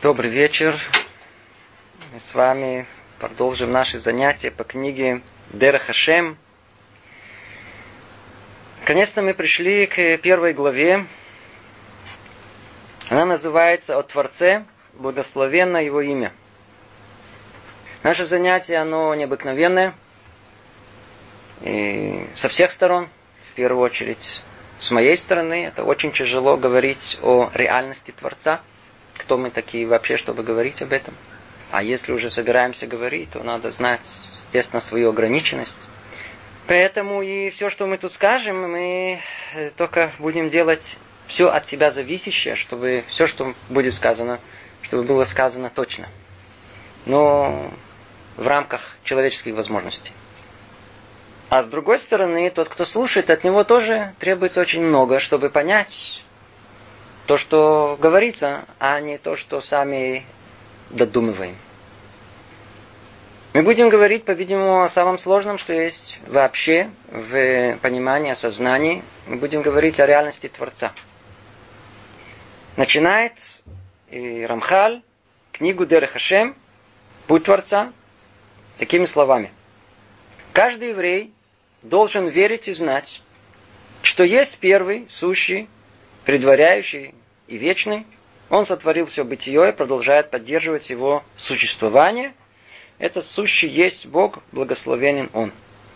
Добрый вечер. Мы с вами продолжим наши занятия по книге Дерех Ашем. Наконец-то мы пришли к первой главе. Она называется «О Творце, благословенно Его имя». Наше занятие, оно необыкновенное. И со всех сторон, в первую очередь, с моей стороны, это очень тяжело говорить о реальности Творца. Кто мы такие вообще, чтобы говорить об этом? А если уже собираемся говорить, то надо знать, естественно, свою ограниченность. Поэтому и все, что мы тут скажем, мы только будем делать все от себя зависящее, чтобы все, что будет сказано, чтобы было сказано точно. Но в рамках человеческих возможностей. А с другой стороны, тот, кто слушает, от него тоже требуется очень много, чтобы понять то, что говорится, а не то, что сами додумываем. Мы будем говорить, по-видимому, о самом сложном, что есть вообще в понимании, осознании. Мы будем говорить о реальности Творца. Начинает Рамхаль книгу Дерех Ашем, Путь Творца, такими словами. Каждый еврей должен верить и знать, что есть первый, сущий, предваряющий и вечный. Он сотворил все бытие и продолжает поддерживать его существование. Этот сущий есть Бог, благословенен Он.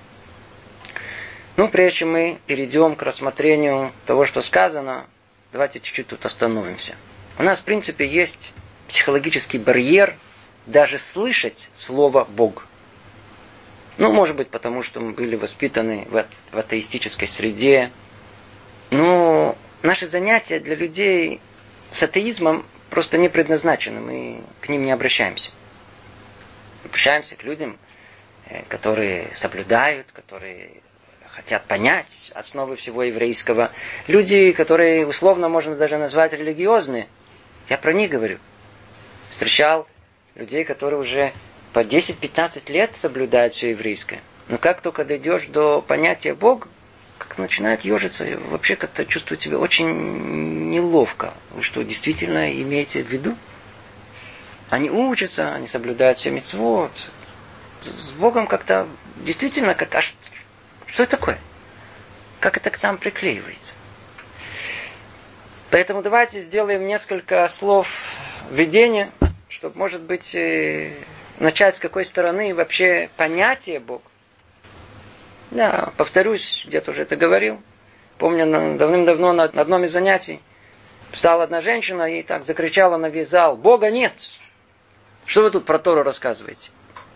Прежде чем мы перейдем к рассмотрению того, что сказано, давайте чуть-чуть тут остановимся. У нас, в принципе, есть психологический барьер даже слышать слово «Бог». Может быть, потому что мы были воспитаны в атеистической среде. Но наши занятия для людей с атеизмом просто не предназначены. Мы к ним не обращаемся. Обращаемся к людям, которые соблюдают, которые хотят понять основы всего еврейского. Люди, которые условно можно даже назвать религиозные. Я про них говорю. Встречал людей, которые уже по 10-15 лет соблюдают все еврейское. Но как только дойдешь до понятия Бог, как начинает ежиться, вообще как-то чувствует себя очень неловко. Вы что, действительно имеете в виду? Они учатся, они соблюдают все мицвот. С Богом как-то действительно, что это такое? Как это к нам приклеивается? Поэтому давайте сделаем несколько слов введения, чтобы, может быть, начать с какой стороны вообще понятие Бог. Да, повторюсь, где-то уже это говорил. Помню, давным-давно на одном из занятий встала одна женщина и так закричала на весь зал: «Бога нет! Что вы тут про Тору рассказываете?»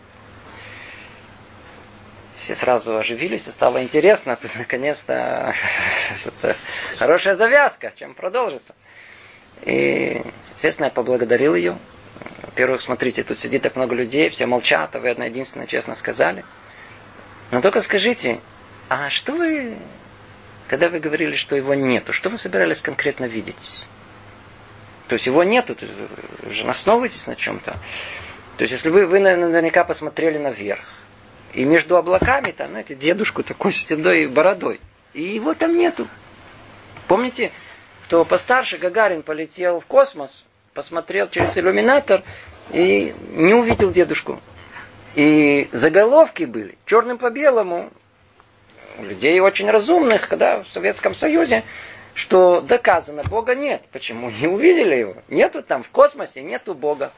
Все сразу оживились, и стало интересно. Тут, наконец-то, хорошая завязка, чем продолжится. И, естественно, я поблагодарил ее. Во-первых, смотрите, тут сидит так много людей, все молчат, а вы одна единственная честно сказали. Но только скажите, а что вы, когда вы говорили, что его нету, что вы собирались конкретно видеть? То есть его нету, вы же основываетесь на чем-то. То есть если вы наверняка посмотрели наверх, и между облаками там, знаете, дедушку такой с седой бородой, и его там нету. Помните, кто постарше, Гагарин полетел в космос, посмотрел через иллюминатор и не увидел дедушку. И заголовки были черным по белому у людей очень разумных, когда в Советском Союзе, что доказано, Бога нет. Почему? Не увидели его. Нету там в космосе, нету Бога.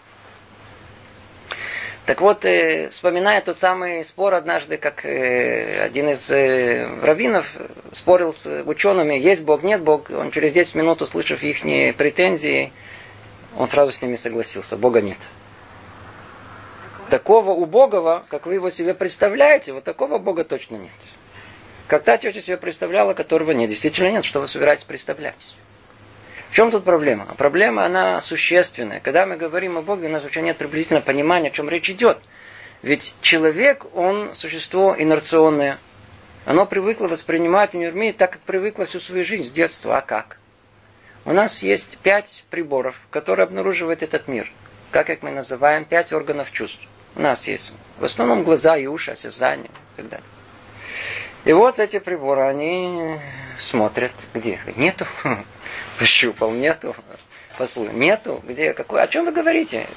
Так вот, вспоминая тот самый спор однажды, как один из раввинов спорил с учеными, есть Бог, нет Бог. Он через 10 минут, услышав их претензии, он сразу с ними согласился. Бога нет. Такого убогого, как вы его себе представляете, вот такого Бога точно нет. Как та тетя себе представляла, которого нет. Действительно нет, что вы собираетесь представлять. В чем тут проблема? Проблема, она существенная. Когда мы говорим о Боге, у нас вообще нет приблизительного понимания, о чем речь идет. Ведь человек, он существо инерционное. Оно привыкло воспринимать мир так, как привыкло всю свою жизнь с детства. А как? У нас есть 5 приборов, которые обнаруживают этот мир. Как мы называем, 5 органов чувств. У нас есть в основном глаза и уши, осязание и так далее. И вот эти приборы, они смотрят, где? Нету. Пощупал, нету. Нету. Где? Какой? О чем вы говорите?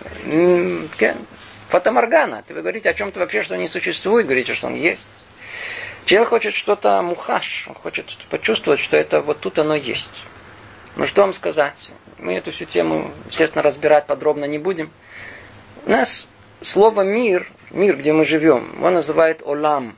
Фатаморгана. Вы говорите о чем-то вообще, что не существует, говорите, что он есть. Человек хочет что-то мухаш, он хочет почувствовать, что это вот тут оно есть. Ну что вам сказать? Мы эту всю тему, естественно, разбирать подробно не будем. У нас слово мир, где мы живем, он называет олам.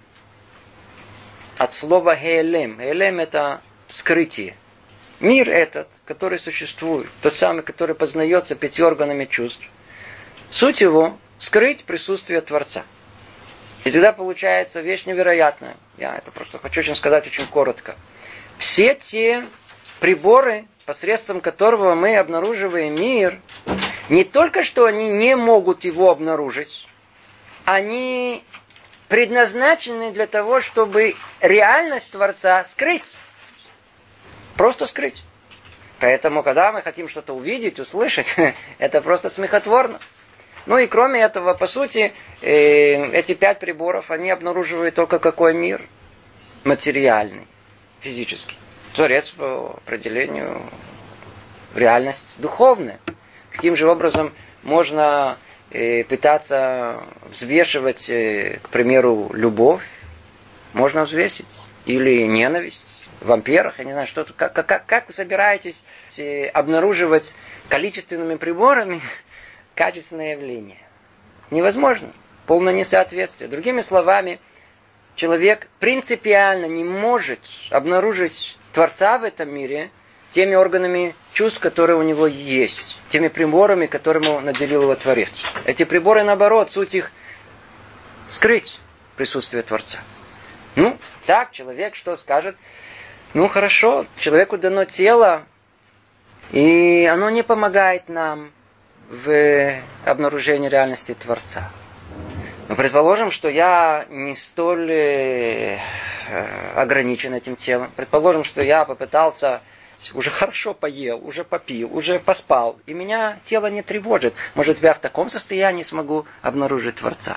От слова хеэлем. Хеэлем это скрытие. Мир этот, который существует, тот самый, который познается 5 органами чувств, суть его скрыть присутствие Творца. И тогда получается вещь невероятная. Я это просто хочу очень сказать очень коротко. Все те приборы, посредством которого мы обнаруживаем мир, не только что они не могут его обнаружить, они предназначены для того, чтобы реальность Творца скрыть. Просто скрыть. Поэтому, когда мы хотим что-то увидеть, услышать, это просто смехотворно. Ну и кроме этого, по сути, эти 5 приборов, они обнаруживают только какой мир? Материальный, физический. Творец по определению реальность духовная. Каким же образом можно пытаться взвешивать, к примеру, любовь? Можно взвесить. Или ненависть. В вампирах, я не знаю, что тут. Как вы собираетесь обнаруживать количественными приборами качественное явление? Невозможно. Полное несоответствие. Другими словами, человек принципиально не может обнаружить Творца в этом мире теми органами чувств, которые у него есть, теми приборами, которыми наделил его Творец. Эти приборы, наоборот, суть их скрыть присутствие Творца. Ну, так человек что скажет? Ну, хорошо, человеку дано тело, и оно не помогает нам в обнаружении реальности Творца. Но предположим, что я не столь ограничен этим телом. Предположим, что я попытался, уже хорошо поел, уже попил, уже поспал, и меня тело не тревожит. Может, я в таком состоянии смогу обнаружить Творца.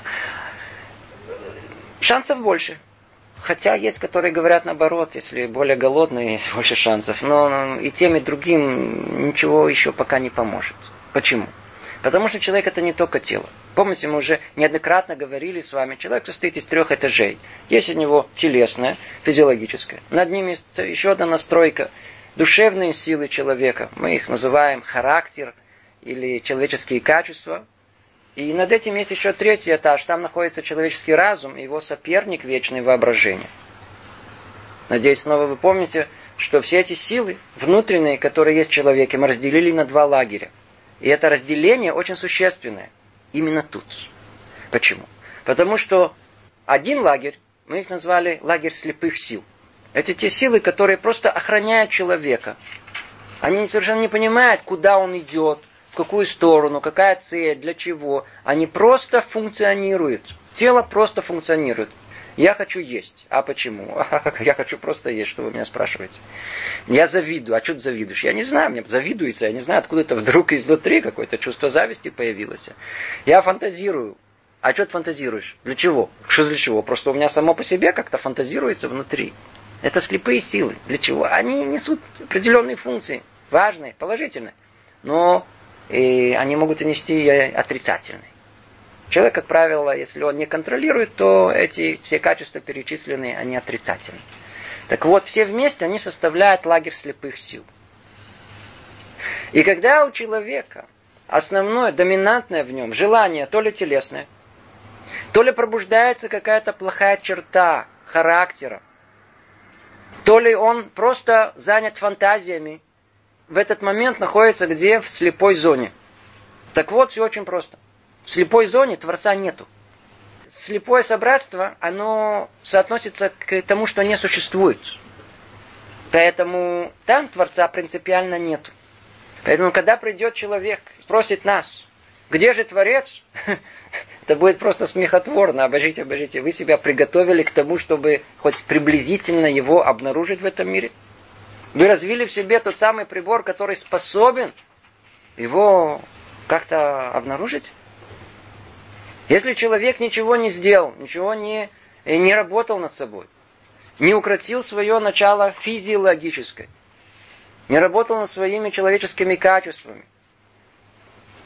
Шансов больше. Хотя есть, которые говорят наоборот, если более голодные, есть больше шансов. Но и тем, и другим ничего еще пока не поможет. Почему? Потому что человек это не только тело. Помните, мы уже неоднократно говорили с вами, человек состоит из 3 этажей. Есть у него телесное, физиологическое. Над ним есть еще одна настройка. Душевные силы человека. Мы их называем характер или человеческие качества. И над этим есть еще 3 этаж. Там находится человеческий разум и его соперник вечное воображение. Надеюсь, снова вы помните, что все эти силы внутренние, которые есть в человеке, мы разделили на 2 лагеря. И это разделение очень существенное. Именно тут. Почему? Потому что один лагерь, мы их назвали лагерь слепых сил. Это те силы, которые просто охраняют человека. Они совершенно не понимают, куда он идет, в какую сторону, какая цель, для чего. Они просто функционируют. Тело просто функционирует. Я хочу есть. А почему? Я хочу просто есть, что вы меня спрашиваете. Я завидую. А что ты завидуешь? Я не знаю, мне завидуется. Я не знаю, откуда это вдруг изнутри какое-то чувство зависти появилось. Я фантазирую. А что ты фантазируешь? Для чего? Что для чего? Просто у меня само по себе как-то фантазируется внутри. Это слепые силы. Для чего? Они несут определенные функции. Важные, положительные. Но они могут и нести отрицательные. Человек, как правило, если он не контролирует, то эти все качества перечисленные, они отрицательные. Так вот, все вместе они составляют лагерь слепых сил. И когда у человека основное, доминантное в нем желание то ли телесное, то ли пробуждается какая-то плохая черта характера, то ли он просто занят фантазиями, в этот момент находится где? В слепой зоне. Так вот, все очень просто. В слепой зоне Творца нету. Слепое собратство, оно соотносится к тому, что не существует. Поэтому там Творца принципиально нету. Поэтому, когда придет человек, спросит нас, где же Творец? Это будет просто смехотворно. Обождите, вы себя приготовили к тому, чтобы хоть приблизительно его обнаружить в этом мире? Вы развили в себе тот самый прибор, который способен его как-то обнаружить? Если человек ничего не сделал, ничего не работал над собой, не укротил свое начало физиологическое, не работал над своими человеческими качествами,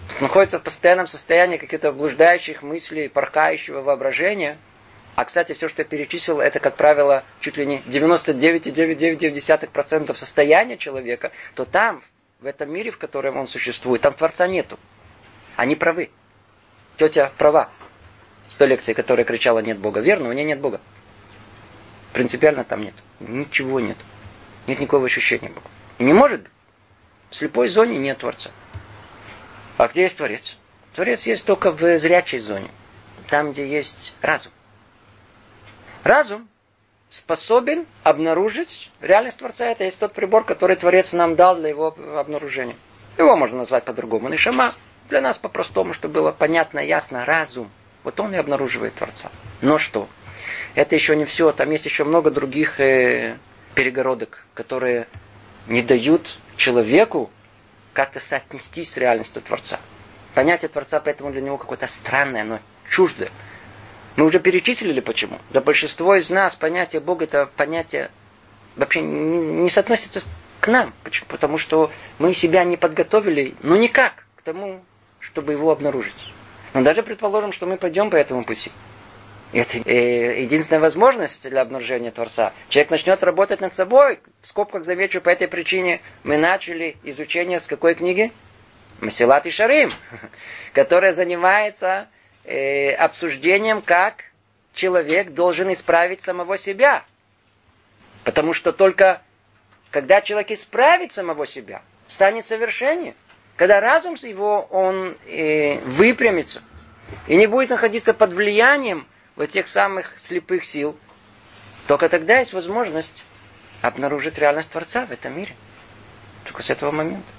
находится в постоянном состоянии каких-то блуждающих мыслей, порхающего воображения. А, кстати, все, что я перечислил, это, как правило, чуть ли не 99,999% состояния человека, то там, в этом мире, в котором он существует, там Творца нету. Они правы. Тетя права. С той лекции, которая кричала «нет Бога». Верно, у нее нет Бога. Принципиально там нет. Ничего нет. Нет никакого ощущения Бога. И не может быть. В слепой зоне нет Творца. А где есть Творец? Творец есть только в зрячей зоне. Там, где есть разум. Разум способен обнаружить реальность Творца. Это есть тот прибор, который Творец нам дал для его обнаружения. Его можно назвать по-другому. Нишама. Для нас по-простому, чтобы было понятно, ясно. Разум. Вот он и обнаруживает Творца. Но что? Это еще не все. Там есть еще много других перегородок, которые не дают человеку как-то соотнестись с реальностью Творца. Понятие Творца поэтому для него какое-то странное, но чуждое. Мы уже перечислили почему. Для большинства из нас понятие Бога, это понятие вообще не соотносится к нам. Почему? Потому что мы себя не подготовили, никак к тому, чтобы его обнаружить. Но даже предположим, что мы пойдем по этому пути. Это единственная возможность для обнаружения Творца. Человек начнет работать над собой. В скобках замечу, по этой причине мы начали изучение с какой книги? Масилат Ишарим, которая занимается обсуждением, как человек должен исправить самого себя. Потому что только когда человек исправит самого себя, станет совершеннее. Когда разум его, он выпрямится и не будет находиться под влиянием вот тех самых слепых сил, только тогда есть возможность обнаружить реальность Творца в этом мире. Только с этого момента.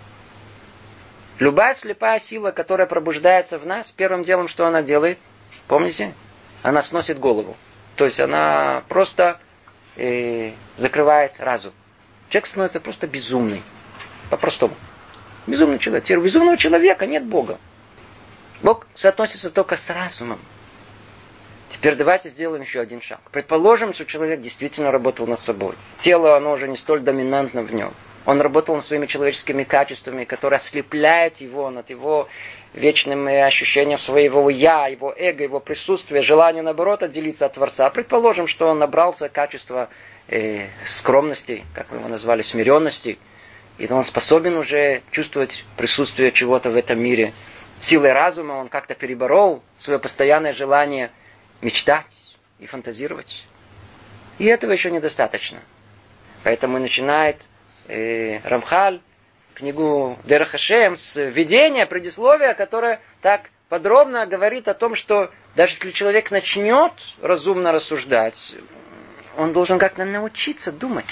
Любая слепая сила, которая пробуждается в нас, первым делом, что она делает? Помните? Она сносит голову. То есть она просто закрывает разум. Человек становится просто безумный. По-простому. Безумный человек. Теперь у безумного человека нет Бога. Бог соотносится только с разумом. Теперь давайте сделаем еще один шаг. Предположим, что человек действительно работал над собой. Тело, оно уже не столь доминантно в нем. Он работал над своими человеческими качествами, которые ослепляют его над его вечным ощущением своего «я», его эго, его присутствия, желание, наоборот, отделиться от Творца. Предположим, что он набрался качества скромности, как вы его назвали, смиренности, и он способен уже чувствовать присутствие чего-то в этом мире. Силой разума он как-то переборол свое постоянное желание мечтать и фантазировать. И этого еще недостаточно. Поэтому начинает Рамхаль книгу Дерех Хашем с введения, предисловия, которое так подробно говорит о том, что даже если человек начнет разумно рассуждать, он должен как-то научиться думать.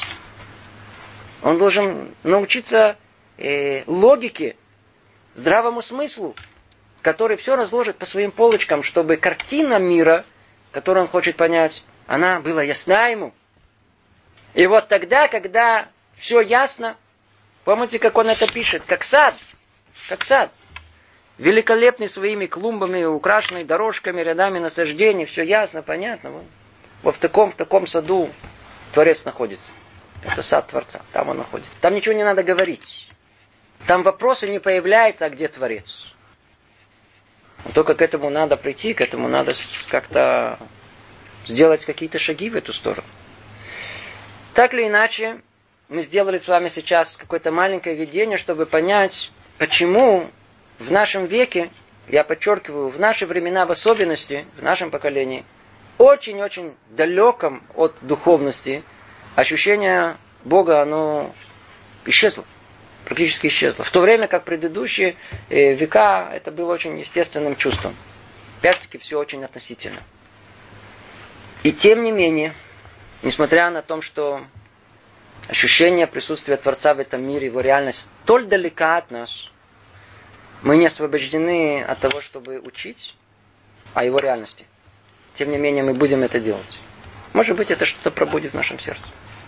Он должен научиться логике, здравому смыслу, который все разложит по своим полочкам, чтобы картина мира, которую он хочет понять, она была ясна ему. И вот тогда, когда все ясно, помните, как он это пишет, как сад, великолепный своими клумбами, украшенный дорожками, рядами насаждений, все ясно, понятно. Вот в таком саду Творец находится. Это сад Творца, там он находится. Там ничего не надо говорить. Там вопросы не появляются, а где Творец. Но только к этому надо прийти, к этому надо как-то сделать какие-то шаги в эту сторону. Так или иначе, мы сделали с вами сейчас какое-то маленькое введение, чтобы понять, почему в нашем веке, я подчеркиваю, в наши времена в особенности, в нашем поколении, очень-очень далеком от духовности, ощущение Бога, оно исчезло, практически исчезло. В то время как предыдущие века это было очень естественным чувством. Опять-таки все очень относительно. И тем не менее, несмотря на то, что ощущение присутствия Творца в этом мире, его реальность столь далека от нас, мы не освобождены от того, чтобы учить о его реальности. Тем не менее, мы будем это делать. Может быть, это что-то пробудит в нашем сердце.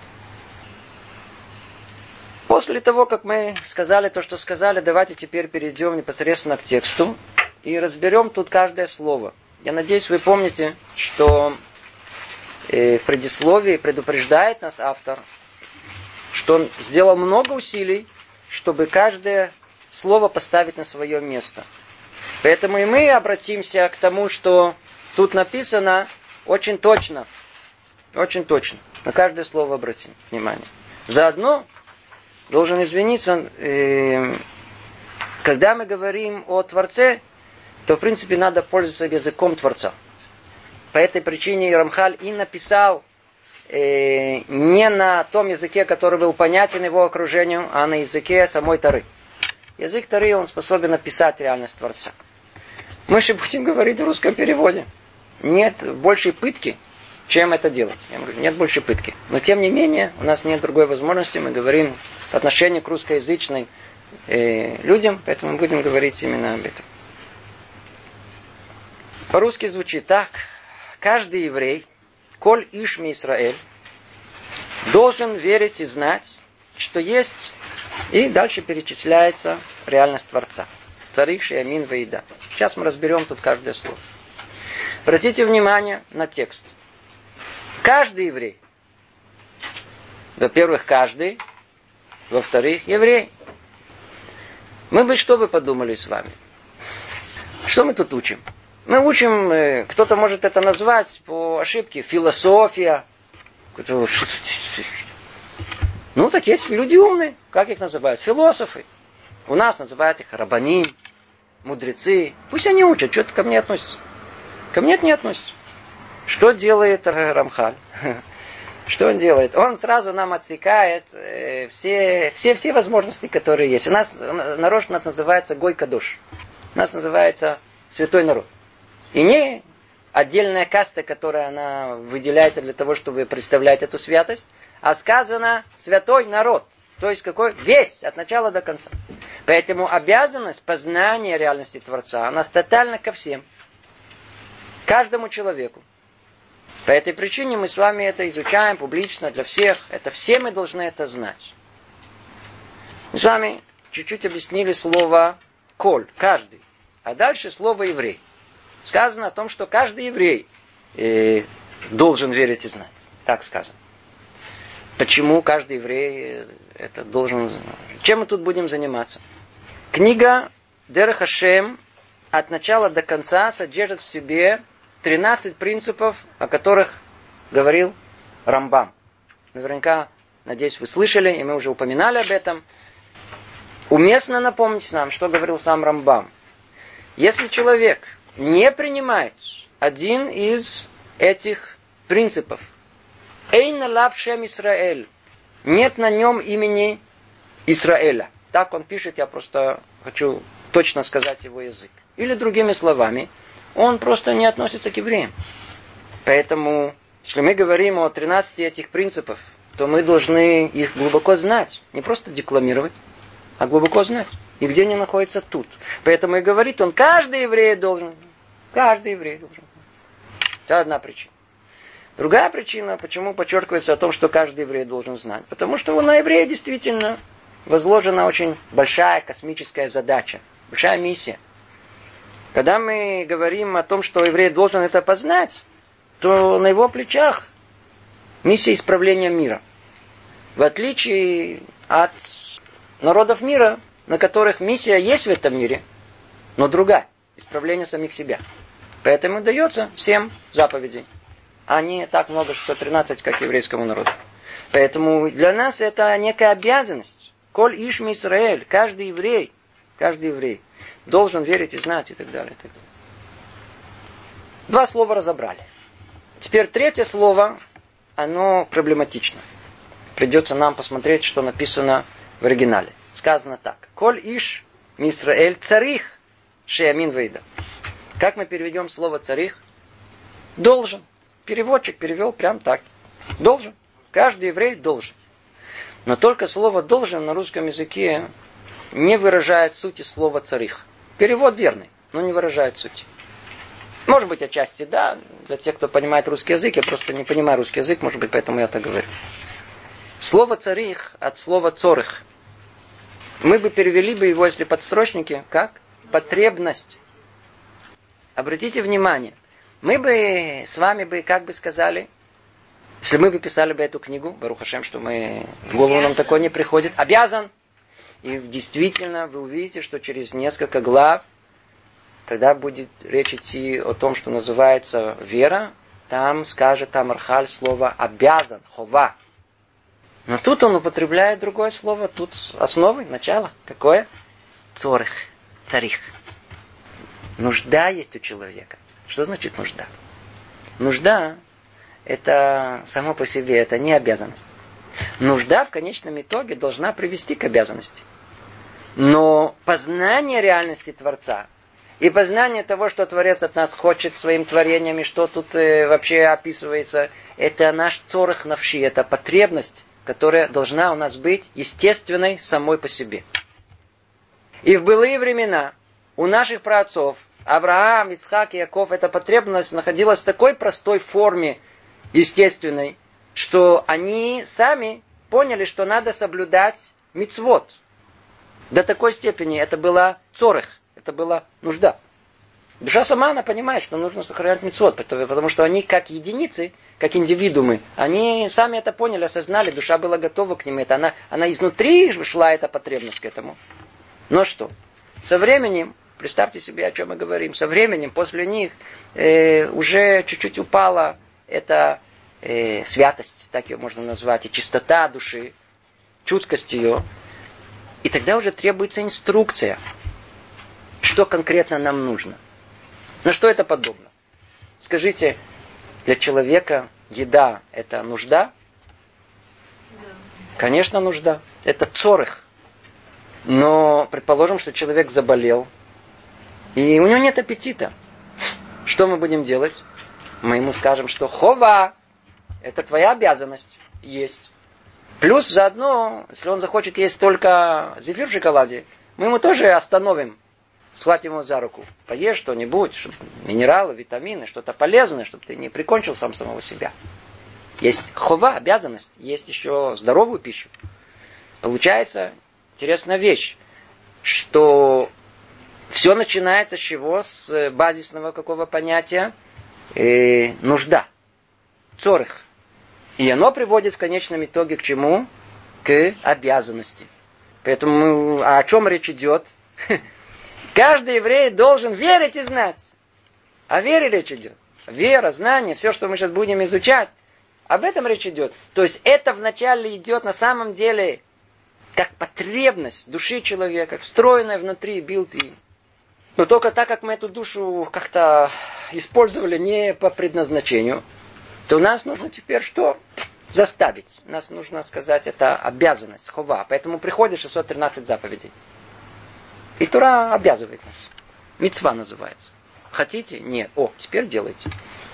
После того, как мы сказали то, что сказали, давайте теперь перейдем непосредственно к тексту и разберем тут каждое слово. Я надеюсь, вы помните, что в предисловии предупреждает нас автор, что он сделал много усилий, чтобы каждое слово поставить на свое место. Поэтому и мы обратимся к тому, что тут написано очень точно. Очень точно. На каждое слово обратим внимание. Заодно должен извиниться, когда мы говорим о Творце, то в принципе надо пользоваться языком Творца. По этой причине Рамхаль и написал не на том языке, который был понятен его окружению, а на языке самой Торы. Язык Торы, он способен описать реальность Творца. Мы же будем говорить в русском переводе. Нет большей пытки, чем это делать. Я говорю, нет большей пытки. Но тем не менее, у нас нет другой возможности. Мы говорим по отношению к русскоязычным людям, поэтому мы будем говорить именно об этом. По-русски звучит так. Каждый еврей, коль ишми Исраэль, должен верить и знать, что есть, и дальше перечисляется реальность Творца. Царих шеямин вейда. Сейчас мы разберем тут каждое слово. Обратите внимание на текст. Каждый еврей. Во-первых, каждый. Во-вторых, еврей. Мы бы что бы подумали с вами? Что мы тут учим? Мы учим, кто-то может это назвать по ошибке, философия. Ну, так есть люди умные. Как их называют? Философы. У нас называют их рабаним, мудрецы. Пусть они учат, что-то ко мне относится. Ко мне это не относится. Что делает Рамхаль? Что он делает? Он сразу нам отсекает все возможности, которые есть. У нас народ называется Гой Кадош. У нас называется святой народ. И не отдельная каста, которая она выделяется для того, чтобы представлять эту святость, а сказано святой народ. То есть какой? Весь, от начала до конца. Поэтому обязанность познания реальности Творца, она тотальна ко всем. Каждому человеку. По этой причине мы с вами это изучаем публично для всех. Это все мы должны это знать. Мы с вами чуть-чуть объяснили слово «коль», каждый. А дальше слово «еврей». Сказано о том, что каждый еврей должен верить и знать. Так сказано. Почему каждый еврей это должен знать? Чем мы тут будем заниматься? Книга Дерех Ашем от начала до конца содержит в себе 13 принципов, о которых говорил Рамбам. Наверняка, надеюсь, вы слышали, и мы уже упоминали об этом. Уместно напомнить нам, что говорил сам Рамбам. Если человек не принимает один из этих принципов, «Эйн лав шем Исраэль», нет на нем имени Исраэля. Так он пишет, я просто хочу точно сказать его язык. Или другими словами, он просто не относится к евреям. Поэтому, если мы говорим о 13 этих принципах, то мы должны их глубоко знать. Не просто декламировать, а глубоко знать. И где они находятся тут. Поэтому и говорит он, каждый еврей должен. Каждый еврей должен. Это одна причина. Другая причина, почему подчеркивается о том, что каждый еврей должен знать. Потому что на еврея действительно возложена очень большая космическая задача. Большая миссия. Когда мы говорим о том, что еврей должен это познать, то на его плечах миссия исправления мира. В отличие от народов мира, на которых миссия есть в этом мире, но другая. Исправление самих себя. Поэтому дается 7 заповедей. А не так много, 113, как еврейскому народу. Поэтому для нас это некая обязанность. Коль ишми Исраэль, каждый еврей должен верить и знать и так далее. И так далее. 2 слова разобрали. Теперь 3 слово, оно проблематично. Придется нам посмотреть, что написано в оригинале. Сказано так. Коль иш Исраэль царих шеямин вейда. Как мы переведем слово царих? Должен. Переводчик перевел прям так. Должен. Каждый еврей должен. Но только слово должен на русском языке не выражает сути слова царих. Перевод верный, но не выражает сути. Может быть, отчасти да. Для тех, кто понимает русский язык, я просто не понимаю русский язык, может быть, поэтому я так говорю. Слово царих от слова цорых. Мы бы перевели бы его, если подстрочники, как? Потребность. Обратите внимание. Мы бы с вами бы, как бы сказали, если мы бы писали бы эту книгу, Барух Ашем, что мы в голову нам такое не приходит, обязан. И действительно вы увидите, что через несколько глав, когда будет речь идти о том, что называется вера, там скажет Амархаль слово «обязан», «хова». Но тут он употребляет другое слово, тут основы, начало. Какое? Цорих, царих. Нужда есть у человека. Что значит нужда? Нужда – это само по себе, это не обязанность. Нужда в конечном итоге должна привести к обязанности. Но познание реальности Творца и познание того, что Творец от нас хочет своим творением, и что тут вообще описывается, это наш цорих навши, это потребность, которая должна у нас быть естественной самой по себе. И в былые времена у наших праотцов Авраам, Ицхак и Яков эта потребность находилась в такой простой форме естественной, что они сами поняли, что надо соблюдать мицвот. До такой степени это была цорих, это была нужда. Душа сама, она понимает, что нужно сохранять мицвот, потому что они как единицы, как индивидуумы, они сами это поняли, осознали, душа была готова к ним. Это она изнутри шла эта потребность к этому. Но что? Со временем, представьте себе, о чем мы говорим, со временем после них уже чуть-чуть упала эта святость, так ее можно назвать, и чистота души, чуткость ее. И тогда уже требуется инструкция, что конкретно нам нужно. На что это подобно? Скажите, для человека еда – это нужда? Конечно, нужда. Это цорих. Но предположим, что человек заболел, и у него нет аппетита. Что мы будем делать? Мы ему скажем, что хова – это твоя обязанность есть. Плюс заодно, если он захочет есть только зефир в шоколаде, мы ему тоже остановим. Схватим его за руку. Поешь что-нибудь, минералы, витамины, что-то полезное, чтобы ты не прикончил сам самого себя. Есть хова, обязанность, есть еще здоровую пищу. Получается интересная вещь, что все начинается с чего? С базисного какого понятия? Нужда. Цорих. И оно приводит в конечном итоге к чему? К обязанности. Поэтому о чем речь идет? Каждый еврей должен верить и знать. О вере речь идет. Вера, знание, все, что мы сейчас будем изучать, об этом речь идет. То есть это вначале идет на самом деле как потребность души человека, встроенная внутри билд-ин. Но только так, как мы эту душу как-то использовали не по предназначению, то нас нужно теперь что? Заставить. Нас нужно сказать, это обязанность, хова. Поэтому приходит 613 заповедей. И Тора обязывает нас. Мицва называется. Хотите? Нет. О, теперь делайте.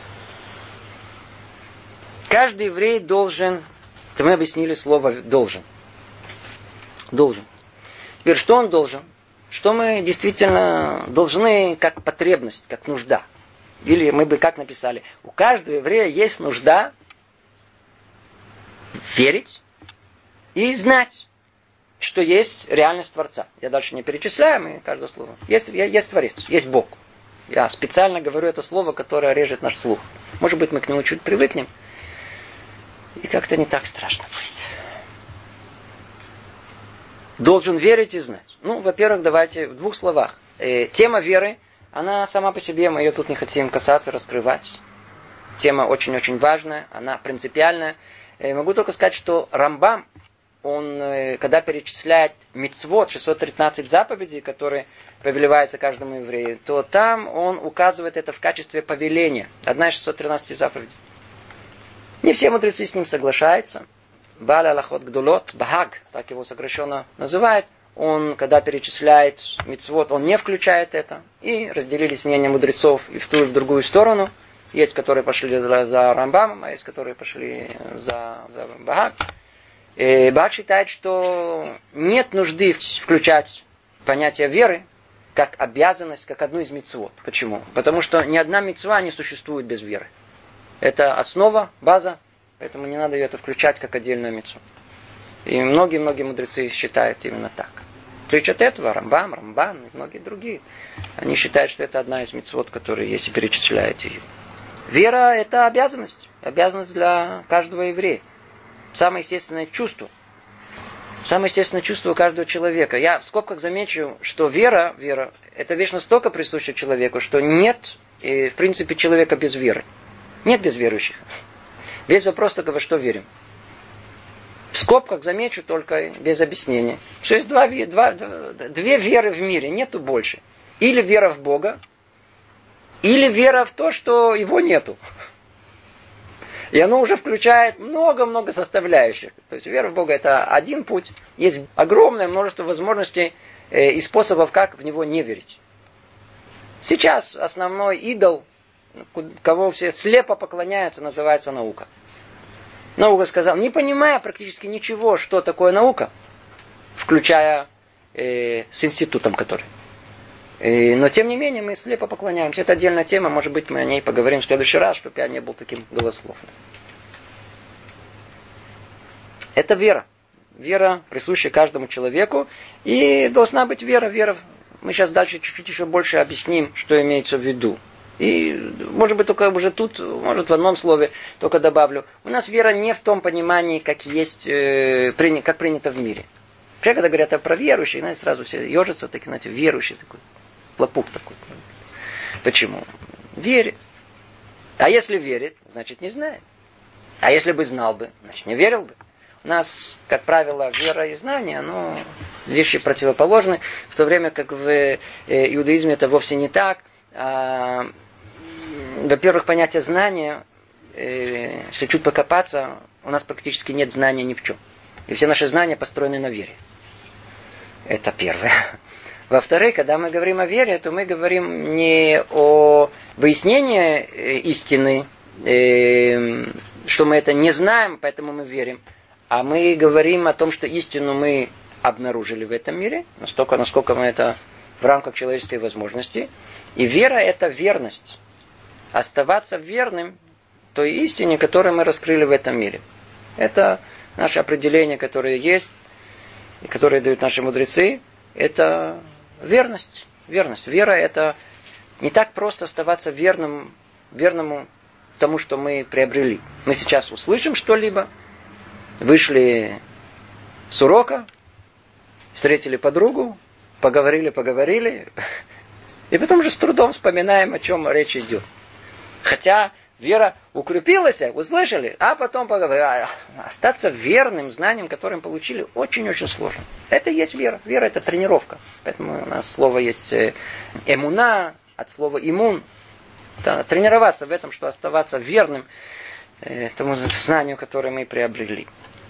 Каждый еврей должен, это мы объяснили слово должен. Должен. Теперь что он должен? Что мы действительно должны как потребность, как нужда. Или мы бы как написали, у каждого еврея есть нужда верить и знать, что есть реальность Творца. Я дальше не перечисляю, мы каждое слово. Есть Творец, есть Бог. Я специально говорю это слово, которое режет наш слух. Может быть, мы к нему чуть привыкнем, и как-то не так страшно будет. Должен верить и знать. Ну, во-первых, давайте в двух словах. Тема веры, она сама по себе, мы ее тут не хотим касаться, раскрывать. Тема очень-очень важная, она принципиальная. Могу только сказать, что Рамбам, он, когда перечисляет мицвот, 613 заповедей, которые повелеваются каждому еврею, то там он указывает это в качестве повеления. Одна из 613 заповедей. Не все мудрецы с ним соглашаются. Бааль алахот гдолот, Багаг, так его сокращенно называют, он, когда перечисляет мицвот, он не включает это. И разделились мнения мудрецов и в ту, и в другую сторону. Есть, которые пошли за Рамбамом, а есть, которые пошли за Багаг. Багаг считает, что нет нужды включать понятие веры как обязанность, как одну из мицвот. Почему? Потому что ни одна мицва не существует без веры. Это основа, база, поэтому не надо ее это включать как отдельную мицву. И многие-многие мудрецы считают именно так. В отличие от этого, Рамбам, Рамбан и многие другие, они считают, что это одна из мицвот, которые есть, и перечисляют ее. Вера – это обязанность. Обязанность для каждого еврея. Самое естественное чувство. Самое естественное чувство у каждого человека. Я в скобках замечу, что вера, это вещь настолько присуща человеку, что нет, в принципе, человека без веры. Нет безверующих. Весь вопрос только во что верим. В скобках замечу только без объяснения. Что есть две веры в мире, нету больше. Или вера в Бога, или вера в то, что его нету. И оно уже включает много-много составляющих. То есть вера в Бога это один путь. Есть огромное множество возможностей и способов, как в него не верить. Сейчас основной идол, кого все слепо поклоняются, называется наука. Наука сказала, не понимая практически ничего, что такое наука, включая с институтом который. Но тем не менее мы слепо поклоняемся. Это отдельная тема, может быть мы о ней поговорим в следующий раз, чтобы я не был таким голословным. Это вера. Вера присуща каждому человеку. И должна быть вера. Мы сейчас дальше чуть-чуть еще больше объясним, что имеется в виду. И, может быть, только уже тут, может, в одном слове только добавлю. У нас вера не в том понимании, как есть, как принято в мире. Вообще, когда говорят про верующих, знаете, сразу все ежатся, такие, знаете, верующий такой, лопух такой. Почему? Верит. А если верит, значит не знает. А если бы знал бы, значит не верил бы. У нас, как правило, вера и знание, вещи противоположны, в то время как в иудаизме это вовсе не так. Во-первых, понятие знания, если чуть покопаться, у нас практически нет знания ни в чем. И все наши знания построены на вере. Это первое. Во-вторых, когда мы говорим о вере, то мы говорим не о выяснении истины, что мы это не знаем, поэтому мы верим, а мы говорим о том, что истину мы обнаружили в этом мире, настолько, насколько мы это в рамках человеческой возможности. И вера – это верность. Оставаться верным той истине, которую мы раскрыли в этом мире. Это наше определение, которое есть, и которое дают наши мудрецы. Это верность. Верность. Вера – это не так просто оставаться верному тому, что мы приобрели. Мы сейчас услышим что-либо, вышли с урока, встретили подругу, поговорили, и потом же с трудом вспоминаем, о чем речь идет. Хотя вера укрепилась, услышали, а потом поговорили. Остаться верным знанием, которым получили, очень-очень сложно. Это и есть вера. Вера – это тренировка. Поэтому у нас слово есть эмуна, от слова иммун. Это тренироваться в этом, что оставаться верным тому знанию, которое мы приобрели.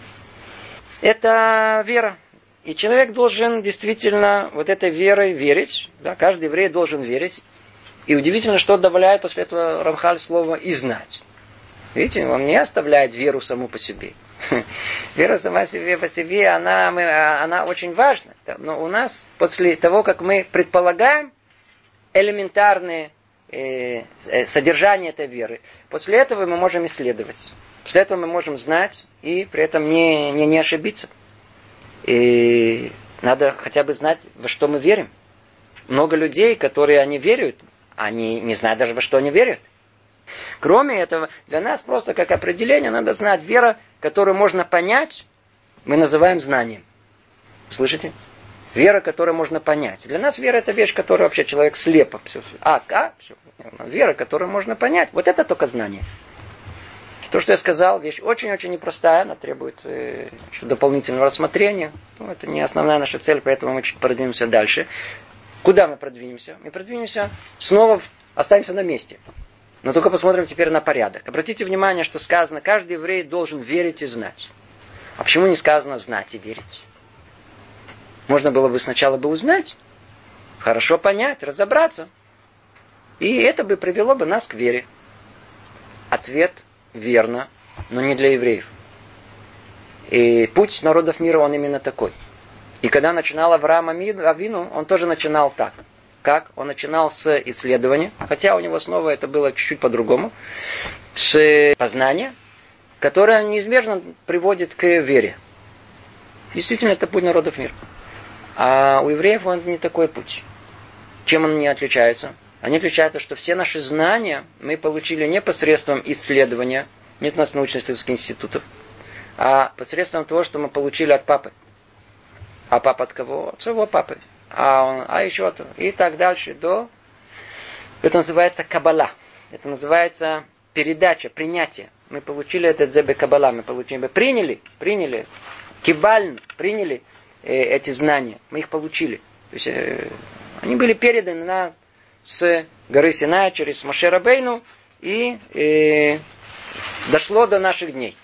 Это вера. И человек должен действительно вот этой верой верить. Да, каждый еврей должен верить. И удивительно, что добавляет после этого Рамхаль слово «и знать». Видите, он не оставляет веру саму по себе. Вера сама по себе, она очень важна. Но у нас, после того, как мы предполагаем элементарные содержание этой веры, после этого мы можем исследовать. После этого мы можем знать и при этом не ошибиться. И надо хотя бы знать, во что мы верим. Много людей, которые они верят, они не знают даже, во что они верят. Кроме этого, для нас просто как определение надо знать вера, которую можно понять, мы называем знанием. Слышите? Вера, которую можно понять. Для нас вера это вещь, которую вообще человек слепо. Все. Все. Вера, которую можно понять. Вот это только знание. То, что я сказал, вещь очень-очень непростая, она требует еще дополнительного рассмотрения. Это не основная наша цель, поэтому мы чуть продвинемся дальше. Куда мы продвинемся? Мы продвинемся снова, останемся на месте. Но только посмотрим теперь на порядок. Обратите внимание, что сказано, каждый еврей должен верить и знать. А почему не сказано знать и верить? Можно было бы сначала узнать, хорошо понять, разобраться. И это бы привело бы нас к вере. Ответ верно, но не для евреев. И путь народов мира, он именно такой. И когда начинал Авраам Авину, он тоже начинал так. Как? Он начинал с исследования, хотя у него снова это было чуть-чуть по-другому, с познания, которое неизбежно приводит к вере. Действительно, это путь народов мира. А у евреев он не такой путь. Чем он не отличается? Они отличаются, что все наши знания мы получили не посредством исследования, нет у нас научно-исследовательских институтов, а посредством того, что мы получили от папы. А папа от кого? От своего папы. А еще от... И так дальше до... Это называется каббала. Это называется передача, принятие. Мы получили этот зебе каббала. Мы приняли, кибальн, приняли эти знания. Мы их получили. То есть они были переданы с горы Синай через Моше Рабейну и дошло до наших дней.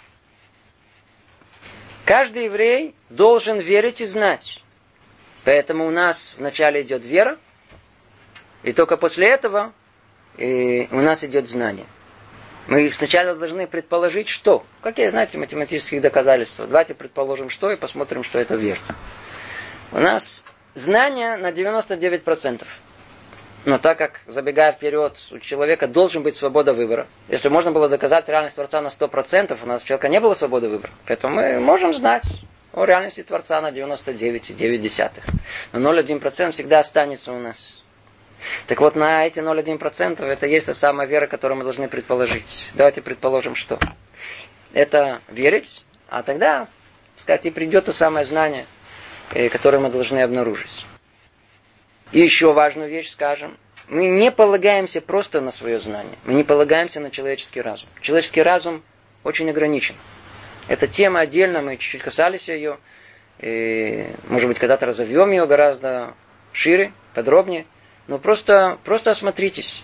Каждый еврей должен верить и знать. Поэтому у нас вначале идет вера, и только после этого у нас идет знание. Мы сначала должны предположить, что. Какие, знаете, математические доказательства. Давайте предположим, что, и посмотрим, что это верно. У нас знание на 99%. Но так как, забегая вперед, у человека должен быть свобода выбора. Если можно было доказать реальность Творца на 100%, у нас у человека не было свободы выбора. Поэтому мы можем знать о реальности Творца на 99,9. Но 0,1% всегда останется у нас. Так вот, на эти 0,1% это есть та самая вера, которую мы должны предположить. Давайте предположим, что. Это верить, а тогда, так сказать, и придет то самое знание, которое мы должны обнаружить. И еще важную вещь скажем. Мы не полагаемся просто на свое знание. Мы не полагаемся на человеческий разум. Человеческий разум очень ограничен. Эта тема отдельно, мы чуть-чуть касались ее. И, может быть, когда-то разовьем ее гораздо шире, подробнее. Но просто осмотритесь.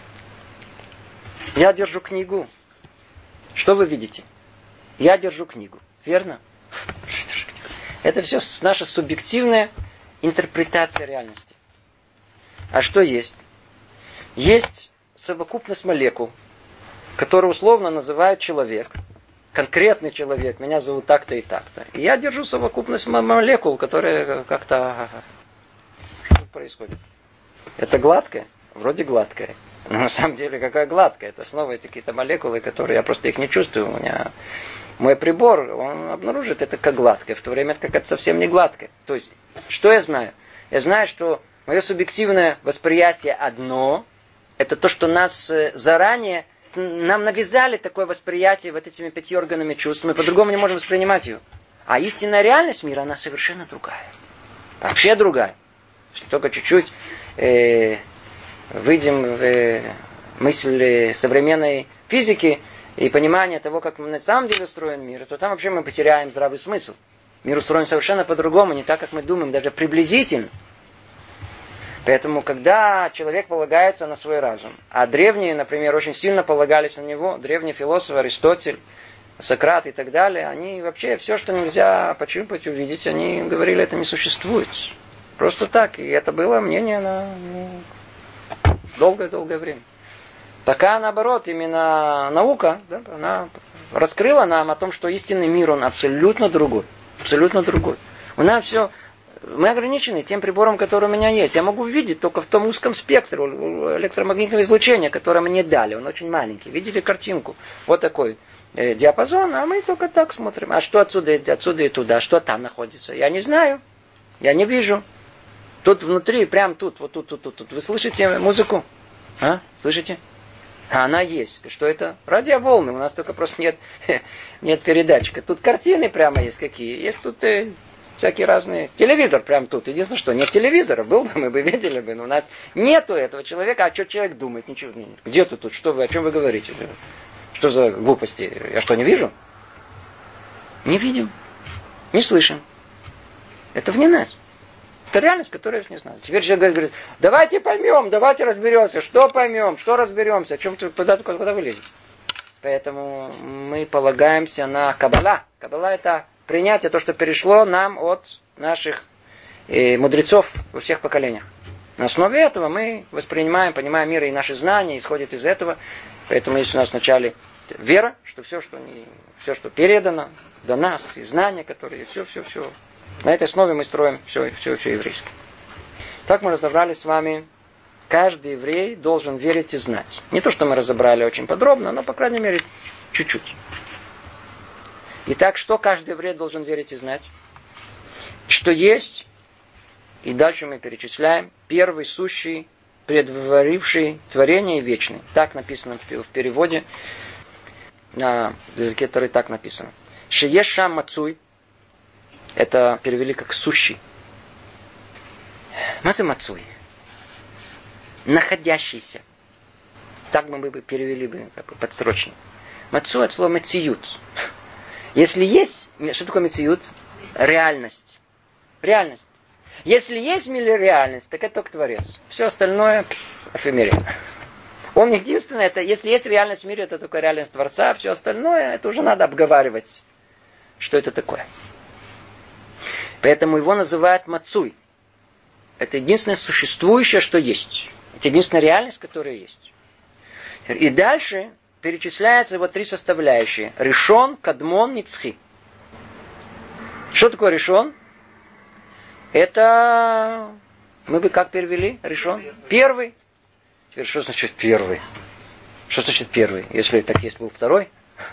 Я держу книгу. Что вы видите? Я держу книгу. Верно? Это все наша субъективная интерпретация реальности. А что есть? Есть совокупность молекул, которую условно называют человек. Конкретный человек. Меня зовут так-то и так-то. И я держу совокупность молекул, которые как-то... Что происходит? Это гладкое? Вроде гладкое. Но на самом деле какая гладкая? Это снова эти какие-то молекулы, которые я просто их не чувствую. У меня мой прибор, он обнаружит это как гладкое, в то время как это совсем не гладкое. То есть, что я знаю? Я знаю, что мое субъективное восприятие одно, это то, что нас заранее, нам навязали такое восприятие вот этими 5 органами чувств, мы по-другому не можем воспринимать ее. А истинная реальность мира, она совершенно другая. Вообще другая. Только чуть-чуть выйдем в мысль современной физики и понимание того, как на самом деле устроен мир, то там вообще мы потеряем здравый смысл. Мир устроен совершенно по-другому, не так, как мы думаем, даже приблизительно. Поэтому, когда человек полагается на свой разум, а древние, например, очень сильно полагались на него, древние философы, Аристотель, Сократ и так далее, они вообще все, что нельзя пощупать, увидеть, они говорили, это не существует. Просто так. И это было мнение на долгое-долгое время. Пока, наоборот, именно наука, да, она раскрыла нам о том, что истинный мир, он абсолютно другой. Абсолютно другой. У нас все... Мы ограничены тем прибором, который у меня есть. Я могу видеть только в том узком спектре электромагнитного излучения, которое мне дали. Он очень маленький. Видели картинку? Вот такой диапазон, а мы только так смотрим. А что отсюда и туда? Что там находится? Я не знаю. Я не вижу. Тут внутри, прям тут, вот тут. Вы слышите музыку? А? Слышите? А она есть. Что это? Радиоволны. У нас только просто нет передатчика. Тут картины прямо есть какие. Есть тут всякие разные. Телевизор прямо тут. Единственное, что нет телевизора. Был бы, мы бы видели бы. Но у нас нету этого человека. А что человек думает? Ничего. Где ты тут? Что вы? О чем вы говорите? Что за глупости? Я что, не вижу? Не видим. Не слышим. Это вне нас. Это реальность, которая не знаю. Теперь человек говорит, давайте поймем, давайте разберемся. Что поймем, что разберемся, о чем куда вы лезете. Поэтому мы полагаемся на Каббала. Каббала это принятие, то, что перешло нам от наших мудрецов во всех поколениях. На основе этого мы воспринимаем, понимаем мир, и наши знания исходят из этого. Поэтому есть у нас вначале вера, что все, что передано до нас, и знания, которые все. На этой основе мы строим все еврейское. Так мы разобрали с вами, каждый еврей должен верить и знать. Не то, что мы разобрали очень подробно, но, по крайней мере, чуть-чуть. Итак, что каждый еврей должен верить и знать? Что есть, и дальше мы перечисляем, первый, сущий, предваривший творение и вечный. Так написано в переводе, на языке, который так написано. Шееш шам мацуй. Это перевели как сущий. Мазе мацуй. Находящийся. Так мы бы перевели бы подсрочно. Мацуй от слова мециют. Если есть... Что такое мециют? Реальность. Реальность. Если есть в мире реальность, так это только Творец. Все остальное эфемерия. Он единственный, это, если есть реальность в мире, это только реальность Творца, все остальное, это уже надо обговаривать, что это такое. Поэтому его называют Мацуй. Это единственное существующее, что есть. Это единственная реальность, которая есть. И дальше перечисляются его три составляющие. Ришон, Кадмон, Ницхи. Что такое Ришон? Это... Мы бы как перевели? Ришон? Первый. Теперь что значит первый? Что значит первый? Если так есть был второй,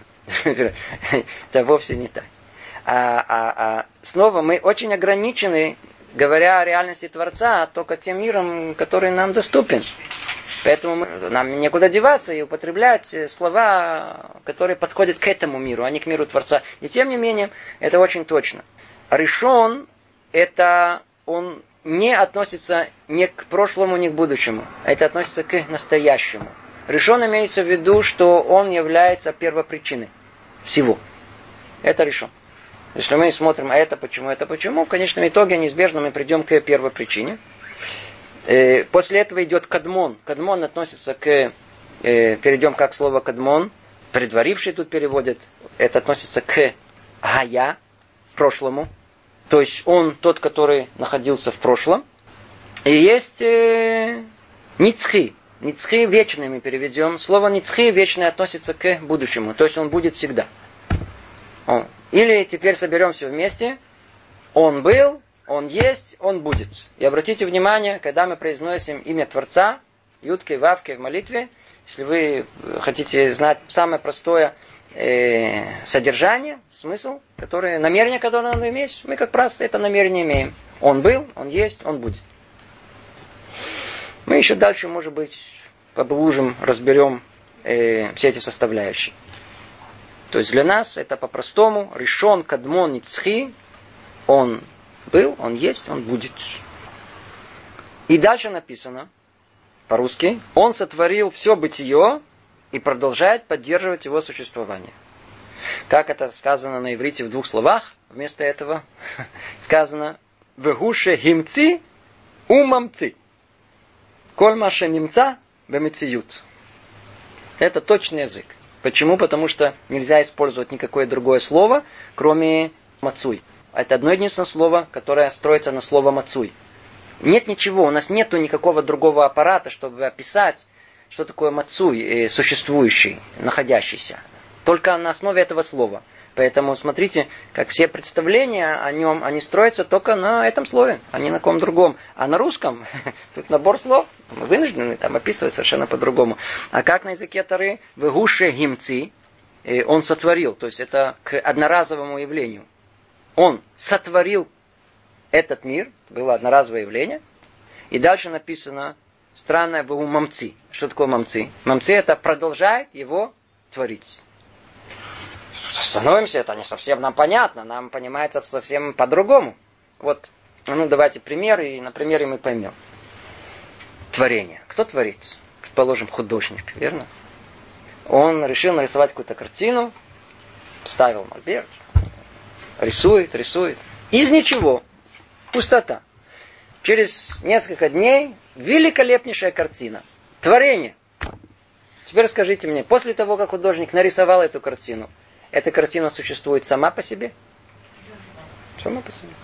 это вовсе не так. Снова мы очень ограничены, говоря о реальности Творца, только тем миром, который нам доступен. Поэтому нам некуда деваться и употреблять слова, которые подходят к этому миру, а не к миру Творца. И тем не менее, это очень точно. Ришон, это он не относится ни к прошлому, ни к будущему. Это относится к настоящему. Ришон имеется в виду, что он является первопричиной всего. Это Ришон. Если мы смотрим, а это почему, в конечном итоге неизбежно мы придем к первопричине. После этого идет Кадмон. Кадмон относится к... Перейдем как слово Кадмон. Предваривший тут переводят. Это относится к Гая, прошлому. То есть он тот, который находился в прошлом. И есть Ницхи. Ницхи вечный мы переведем. Слово Ницхи вечный относится к будущему. То есть он будет всегда. Или теперь соберем все вместе. Он был, он есть, он будет. И обратите внимание, когда мы произносим имя Творца, Юткой, Вавкой в молитве, если вы хотите знать самое простое содержание, смысл, намерение, которое надо иметь, мы как раз это намерение имеем. Он был, он есть, он будет. Мы еще дальше, может быть, поглубже разберем все эти составляющие. То есть для нас это по-простому Ришон, Кадмон, Ницхи. Он был, он есть, он будет. И дальше написано по-русски: он сотворил все бытие и продолжает поддерживать его существование. Как это сказано на иврите в двух словах? Вместо этого сказано «Вегуше химци умамци». «Коль маше немца бемециют». Это точный язык. Почему? Потому что нельзя использовать никакое другое слово, кроме мацуй. Это одно единственное слово, которое строится на слово мацуй. Нет ничего, у нас нету никакого другого аппарата, чтобы описать, что такое мацуй, существующий, находящийся. Только на основе этого слова. Поэтому смотрите, как все представления о нем, они строятся только на этом слове, а не на ком другом. А на русском, тут набор слов, мы вынуждены там описывать совершенно по-другому. А как на языке Торы, вегуше гимци, он сотворил, то есть это к одноразовому явлению. Он сотворил этот мир, было одноразовое явление, и дальше написано странное в мамци. Что такое мамци? Мамци это продолжает его творить. Остановимся, это не совсем нам понятно, нам понимается совсем по-другому. Вот, давайте пример, и на примере мы поймем. Творение. Кто творит? Предположим, художник, верно? Он решил нарисовать какую-то картину, ставил мольберт, рисует. Из ничего. Пустота. Через несколько дней великолепнейшая картина. Творение. Теперь скажите мне, после того, как художник нарисовал эту картину, эта картина существует сама по себе? Сама по себе.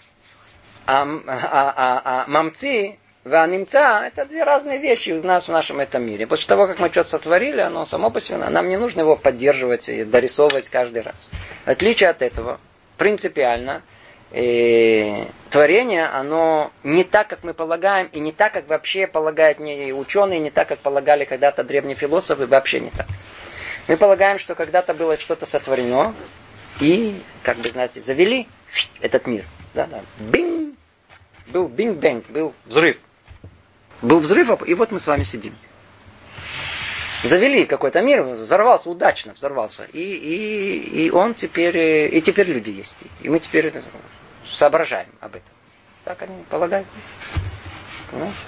А мамци, ванимца, это две разные вещи у нас в нашем этом мире. После того, как мы что-то сотворили, оно само по себе, нам не нужно его поддерживать и дорисовывать каждый раз. В отличие от этого, принципиально, творение, оно не так, как мы полагаем, и не так, как вообще полагают не ученые, не так, как полагали когда-то древние философы, вообще не так. Мы полагаем, что когда-то было что-то сотворено, и, как бы, знаете, завели этот мир. Да. Бинг! Был бинг-бэнг, был взрыв. Был взрыв, и вот мы с вами сидим. Завели какой-то мир, удачно взорвался. И он теперь, и теперь люди есть. И мы теперь соображаем об этом. Так они полагают. Понимаете?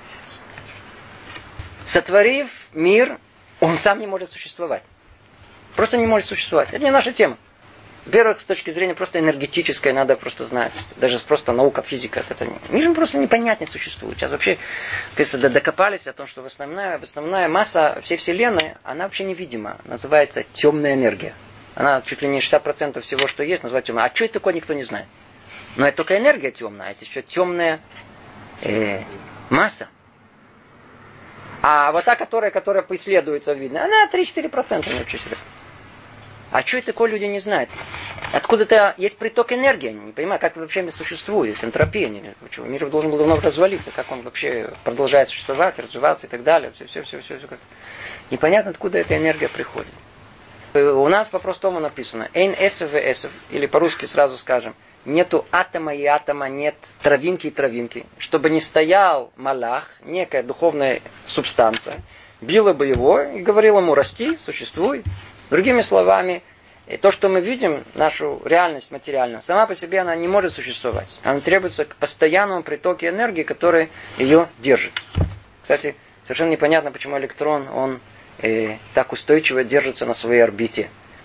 Сотворив мир, он сам не может существовать. Просто не может существовать. Это не наша тема. Во-первых, с точки зрения просто энергетической, надо просто знать. Даже просто наука, физика. Мир просто непонятно существует. Сейчас вообще докопались о том, что основная масса всей Вселенной, она вообще невидима. Называется темная энергия. Она чуть ли не 60% всего, что есть, называется темная. А что это такое, никто не знает. Но это только энергия темная. А есть еще темная масса. А вот та, которая поисследуется, видно, она 3-4% вообще всегда. А что это такое, люди не знают. Откуда-то есть приток энергии. Они не понимают, как вообще мир существует. Есть энтропия. Мир должен был давно развалиться. Как он вообще продолжает существовать, развиваться и так далее. Все. Непонятно, откуда эта энергия приходит. У нас по-простому написано «Эйн эсэв ве эсэв», или по-русски сразу скажем, нету атома и атома, нет травинки и травинки. Чтобы не стоял малах, некая духовная субстанция, била бы его и говорила ему «расти, существуй». Другими словами, то, что мы видим, нашу реальность материальную, сама по себе она не может существовать. Она требуется к постоянному притоке энергии, который ее держит. Кстати, совершенно непонятно, почему электрон, он так устойчиво держится на своей орбите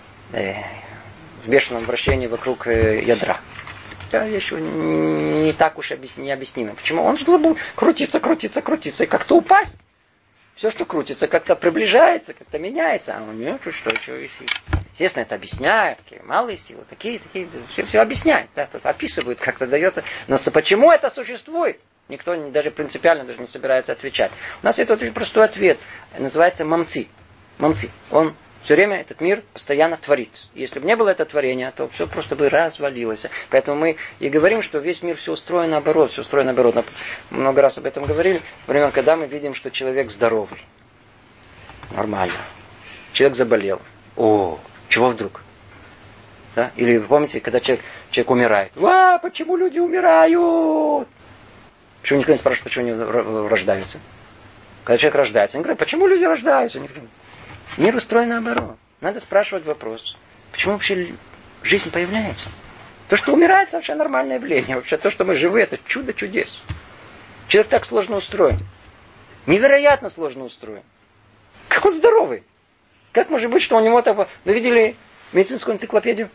в бешеном вращении вокруг ядра. Это вещь не так уж необъяснима. Почему? Он же должен был крутиться и как-то упасть. Все, что крутится, как-то приближается, как-то меняется. А у него что висит. Естественно, это объясняют. Такие малые силы, такие. Все объясняет. Да, описывают, как-то дает. Но почему это существует? Никто даже принципиально даже не собирается отвечать. У нас есть очень простой ответ. Называется мамци. Он все время этот мир постоянно творит. Если бы не было этого творения, то все просто бы развалилось. Поэтому мы и говорим, что весь мир все устроено наоборот. Много раз об этом говорили. Например, когда мы видим, что человек здоровый. Нормально. Человек заболел. Чего вдруг? Да? Или вы помните, когда человек умирает. Почему люди умирают? Почему никто не спрашивает, почему они рождаются? Когда человек рождается, они говорят, почему люди рождаются? Мир устроен наоборот. Надо спрашивать вопрос. Почему вообще жизнь появляется? То, что умирает, вообще нормальное явление. Вообще то, что мы живы, это чудо чудес. Человек так сложно устроен. Невероятно сложно устроен. Как он здоровый. Как может быть, что у него так... Вы видели медицинскую энциклопедию?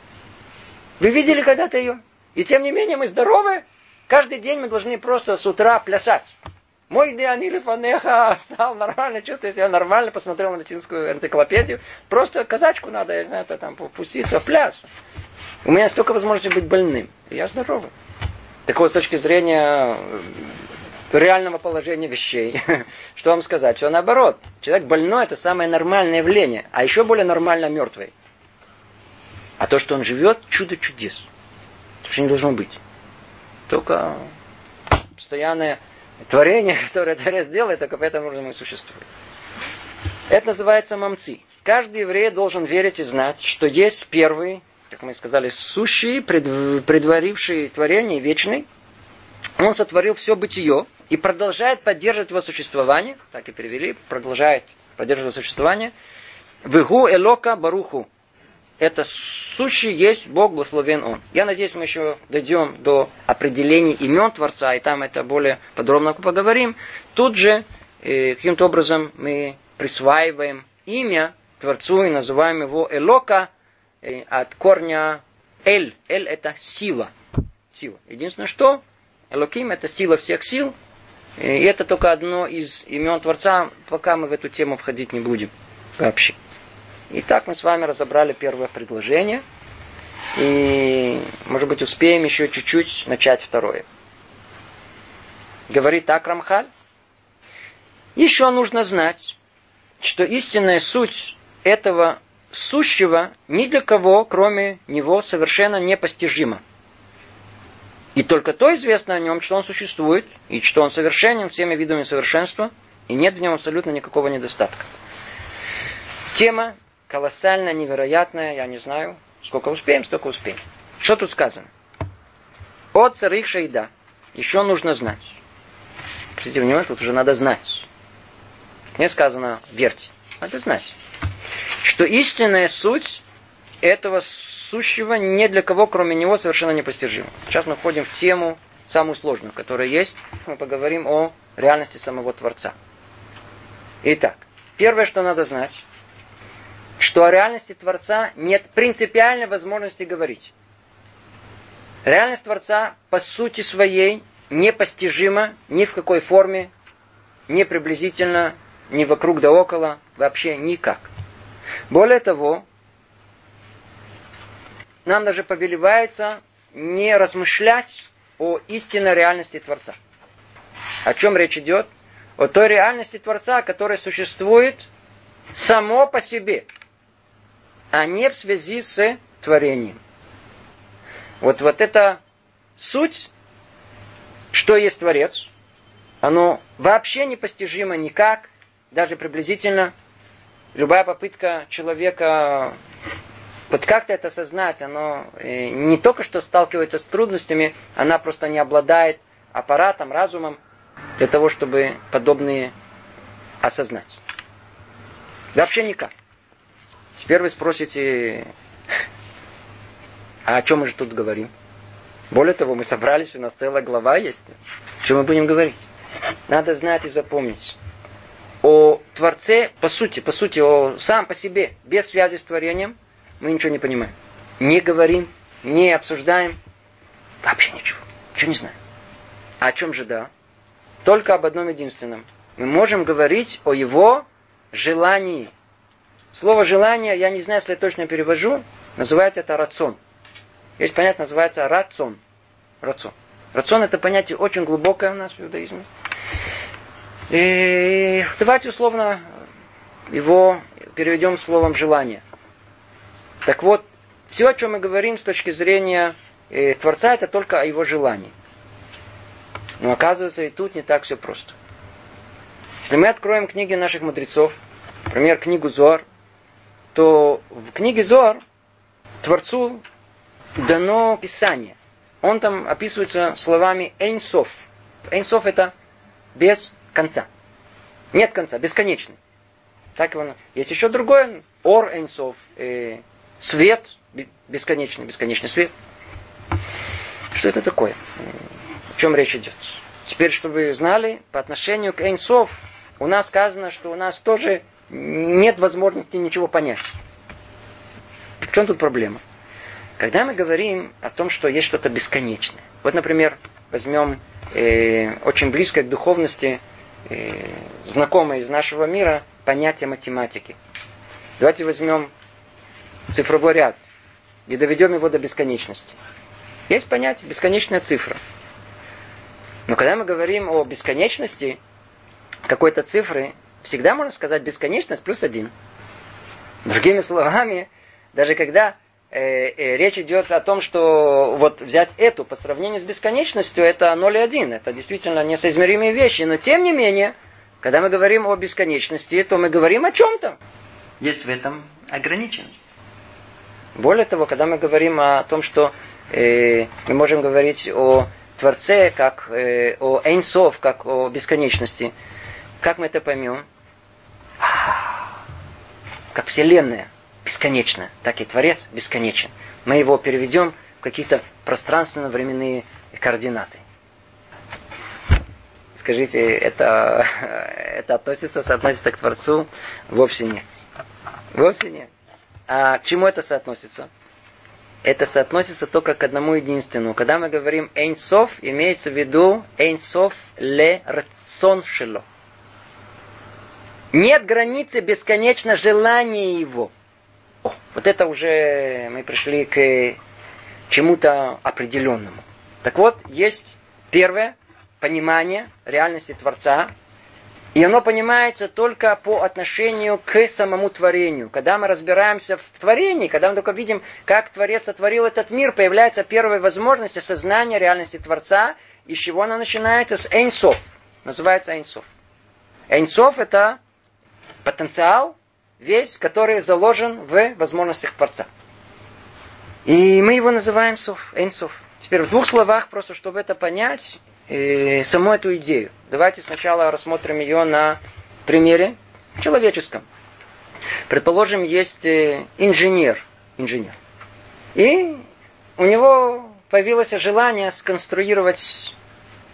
Вы видели когда-то ее? И тем не менее мы здоровы. Каждый день мы должны просто с утра плясать. Мой Дианили Фанеха стал нормально, чувствует себя нормально, посмотрел на медицинскую энциклопедию. Просто казачку надо, я знаю, там пуститься в пляс. У меня столько возможностей быть больным. Я здоровый. Так вот, с точки зрения реального положения вещей, что вам сказать? Что наоборот, человек больной, это самое нормальное явление. А еще более нормально мертвый. А то, что он живет, чудо чудес. Это вообще не должно быть. Только постоянное творение, которое Творец делает, только поэтому мы и существуем. Это называется мамци. Каждый еврей должен верить и знать, что есть первый, как мы сказали, сущий, предваривший творение, вечный. Он сотворил все бытие и продолжает поддерживать его существование. Так и перевели. Продолжает поддерживать существование. Вегу элока баруху. Это сущий есть Бог, благословен Он. Я надеюсь, мы еще дойдем до определений имен Творца, и там это более подробно поговорим. Тут же каким-то образом мы присваиваем имя Творцу и называем его Элока от корня Эль. Эль это сила. Единственное, что Элоким это сила всех сил. И это только одно из имен Творца, пока мы в эту тему входить не будем вообще. Итак, мы с вами разобрали первое предложение. И, может быть, успеем еще чуть-чуть начать второе. Говорит так Рамхаль. Еще нужно знать, что истинная суть этого сущего ни для кого, кроме него, совершенно непостижима. И только то известно о нем, что он существует, и что он совершенен всеми видами совершенства, и нет в нем абсолютно никакого недостатка. Тема колоссально, невероятная, я не знаю. Сколько успеем, столько успеем. Что тут сказано? От царих шейда. Еще нужно знать. Обратите внимание, тут уже надо знать. Не сказано верьте. Надо знать. Что истинная суть этого сущего ни для кого, кроме него, совершенно непостижима. Сейчас мы входим в тему самую сложную, которая есть. Мы поговорим о реальности самого Творца. Итак, первое, что надо знать, что о реальности Творца нет принципиальной возможности говорить. Реальность Творца по сути своей непостижима ни в какой форме, ни приблизительно, ни вокруг да около, вообще никак. Более того, нам даже повелевается не размышлять о истинной реальности Творца. О чем речь идет? О той реальности Творца, которая существует само по себе, а не в связи с творением. Вот эта суть, что есть Творец, оно вообще непостижимо никак, даже приблизительно. Любая попытка человека вот как-то это осознать, оно не только что сталкивается с трудностями, она просто не обладает аппаратом, разумом для того, чтобы подобные осознать. Вообще никак. Теперь вы спросите, а о чем мы же тут говорим? Более того, мы собрались, у нас целая глава есть. О чем мы будем говорить? Надо знать и запомнить. О Творце, по сути, о сам по себе, без связи с творением, мы ничего не понимаем. Не говорим, не обсуждаем. Вообще ничего. Ничего не знаем. А о чем же да? Только об одном единственном. Мы можем говорить о его желании. Слово «желание», я не знаю, если я точно перевожу, называется это рацион. Есть понятие, называется рацион. Рацион это понятие очень глубокое у нас в иудаизме. И давайте условно его переведем словом «желание». Так вот, все, о чем мы говорим с точки зрения Творца, это только о его желании. Но оказывается, и тут не так все просто. Если мы откроем книги наших мудрецов, например, книгу Зоар, то в книге Зоар Творцу дано Писание. Он там описывается словами «эйн соф». «Эйн соф» это без конца. Нет конца, бесконечный. Так его... Есть еще другое. «Ор эйн соф». Свет бесконечный, бесконечный свет. Что это такое? О чем речь идет? Теперь, чтобы вы знали, по отношению к эйн соф у нас сказано, что у нас тоже нет возможности ничего понять. В чем тут проблема? Когда мы говорим о том, что есть что-то бесконечное. Вот, например, возьмем очень близкое к духовности, знакомое из нашего мира понятие математики. Давайте возьмем цифровой ряд и доведем его до бесконечности. Есть понятие бесконечная цифра. Но когда мы говорим о бесконечности какой-то цифры, всегда можно сказать бесконечность плюс 1. Другими словами, даже когда речь идет о том, что вот взять эту по сравнению с бесконечностью, это 0 и 1. Это действительно несоизмеримые вещи. Но тем не менее, когда мы говорим о бесконечности, то мы говорим о чем-то. Есть в этом ограниченность. Более того, когда мы говорим о том, что мы можем говорить о Творце, как о эйн соф, как о бесконечности, как мы это поймем? Как Вселенная бесконечна, так и Творец бесконечен. Мы его переведем в какие-то пространственно-временные координаты. Скажите, это соотносится к Творцу? Вовсе нет. Вовсе нет. А к чему это соотносится? Это соотносится только к одному единственному. Когда мы говорим «эйн соф», имеется в виду «эйн соф ле рацон шело». Нет границы бесконечно желания его. Вот это уже мы пришли к чему-то определенному. Так вот, есть первое понимание реальности Творца, и оно понимается только по отношению к самому творению. Когда мы разбираемся в творении, когда мы только видим, как Творец сотворил этот мир, появляется первая возможность осознания реальности Творца, из чего она начинается с эйн соф. Называется эйн соф. Эйн соф это потенциал, весь, который заложен в возможностях Творца. И мы его называем соф, эйн соф. Теперь в двух словах, просто чтобы это понять, саму эту идею. Давайте сначала рассмотрим ее на примере человеческом. Предположим, есть инженер. И у него появилось желание сконструировать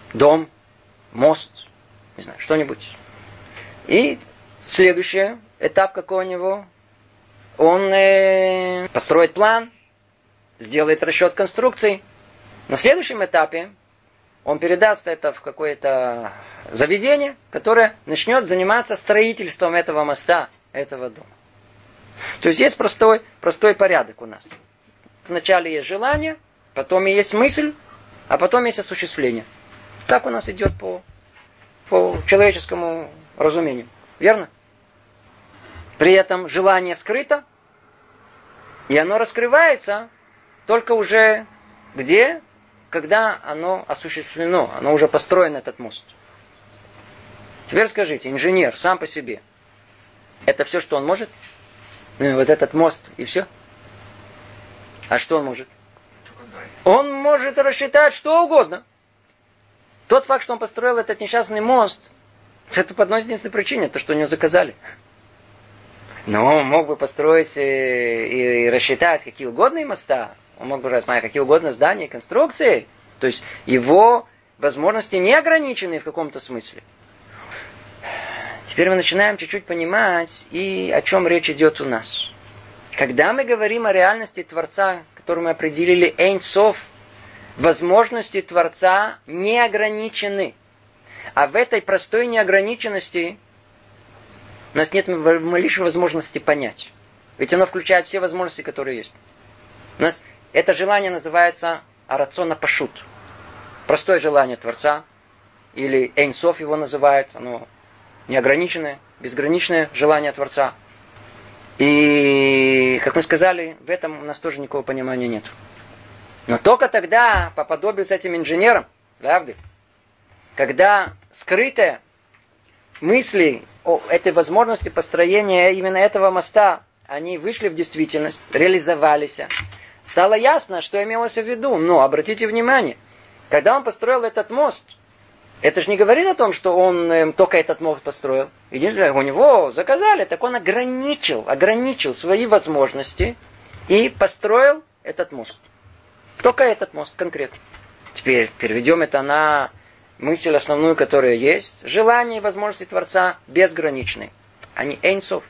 дом, мост, не знаю, что-нибудь. И следующий этап какой у него? Он построит план, сделает расчет конструкций. На следующем этапе он передаст это в какое-то заведение, которое начнет заниматься строительством этого моста, этого дома. То есть есть простой порядок у нас. Вначале есть желание, потом есть мысль, а потом есть осуществление. Так у нас идет по человеческому разумению. Верно? При этом желание скрыто, и оно раскрывается только уже где? Когда оно осуществлено, оно уже построен, этот мост. Теперь скажите, инженер сам по себе, это все, что он может? Вот этот мост и все? А что он может? Он может рассчитать что угодно. Тот факт, что он построил этот несчастный мост, это по одной единственной причине, то, что у него заказали. Но он мог бы построить и рассчитать какие угодно моста. Он мог бы рассмотреть какие угодно здания и конструкции. То есть его возможности не ограничены в каком-то смысле. Теперь мы начинаем чуть-чуть понимать, и о чем речь идет у нас. Когда мы говорим о реальности Творца, которую мы определили Эйн Соф, возможности Творца не ограничены. А в этой простой неограниченности у нас нет малейшей возможности понять. Ведь оно включает все возможности, которые есть. У нас это желание называется арацона пашут. Простое желание Творца. Или Эйн Соф его называют. Оно неограниченное, безграничное желание Творца. И, как мы сказали, в этом у нас тоже никакого понимания нет. Но только тогда, по подобию с этим инженером, правда, когда скрытые мысли о этой возможности построения именно этого моста, они вышли в действительность, реализовались, стало ясно, что имелось в виду. Но обратите внимание, когда он построил этот мост, это же не говорит о том, что он только этот мост построил. Единственное, у него заказали, так он ограничил свои возможности и построил этот мост. Только этот мост конкретно. Теперь переведем это на мысль основную, которая есть. Желания и возможности Творца безграничны. Они Эйн Соф.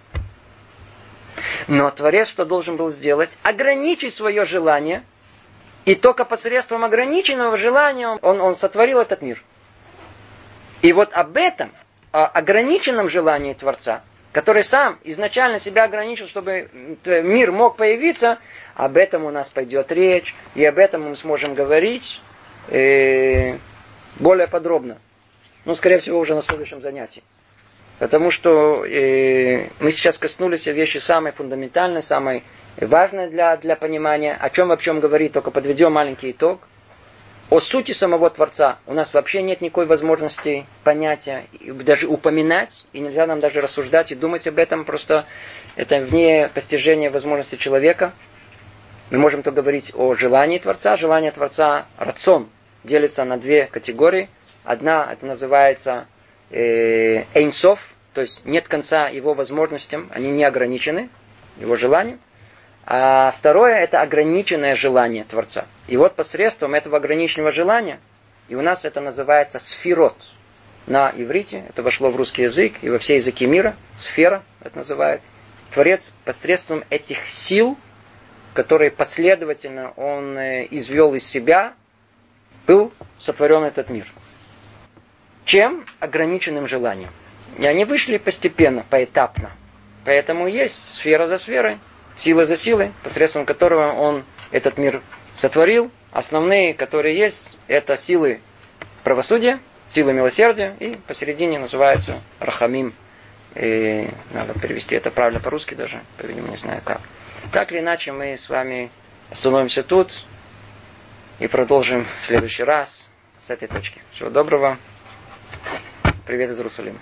Но Творец что должен был сделать? Ограничить свое желание. И только посредством ограниченного желания он сотворил этот мир. И вот об этом, о ограниченном желании Творца, который сам изначально себя ограничил, чтобы мир мог появиться, об этом у нас пойдет речь, и об этом мы сможем говорить более подробно. Ну, скорее всего, уже на следующем занятии. Потому что мы сейчас коснулись вещи самой фундаментальной, самой важной для понимания. О чем говорит, только подведем маленький итог. О сути самого Творца у нас вообще нет никакой возможности понятия, даже упоминать, и нельзя нам даже рассуждать и думать об этом, просто это вне постижения возможности человека. Мы можем только говорить о желании Творца. Желание Творца, рацион, делится на две категории. Одна, это называется Эйн Соф, то есть нет конца его возможностям, они не ограничены, его желанию. А второе, это ограниченное желание Творца. И вот посредством этого ограниченного желания, и у нас это называется сфирот. На иврите, это вошло в русский язык и во все языки мира, сфера, это называют. Творец посредством этих сил, которые последовательно он извел из себя, был сотворен этот мир. Чем? Ограниченным желанием. И они вышли постепенно, поэтапно. Поэтому есть сфера за сферой, сила за силой, посредством которого он этот мир сотворил. Основные, которые есть, это силы правосудия, силы милосердия, и посередине называется рахамим. И надо перевести это правильно по-русски даже, по-видимому, не знаю как. Так или иначе, мы с вами остановимся тут и продолжим в следующий раз с этой точки. Всего доброго. Привет из Иерусалима.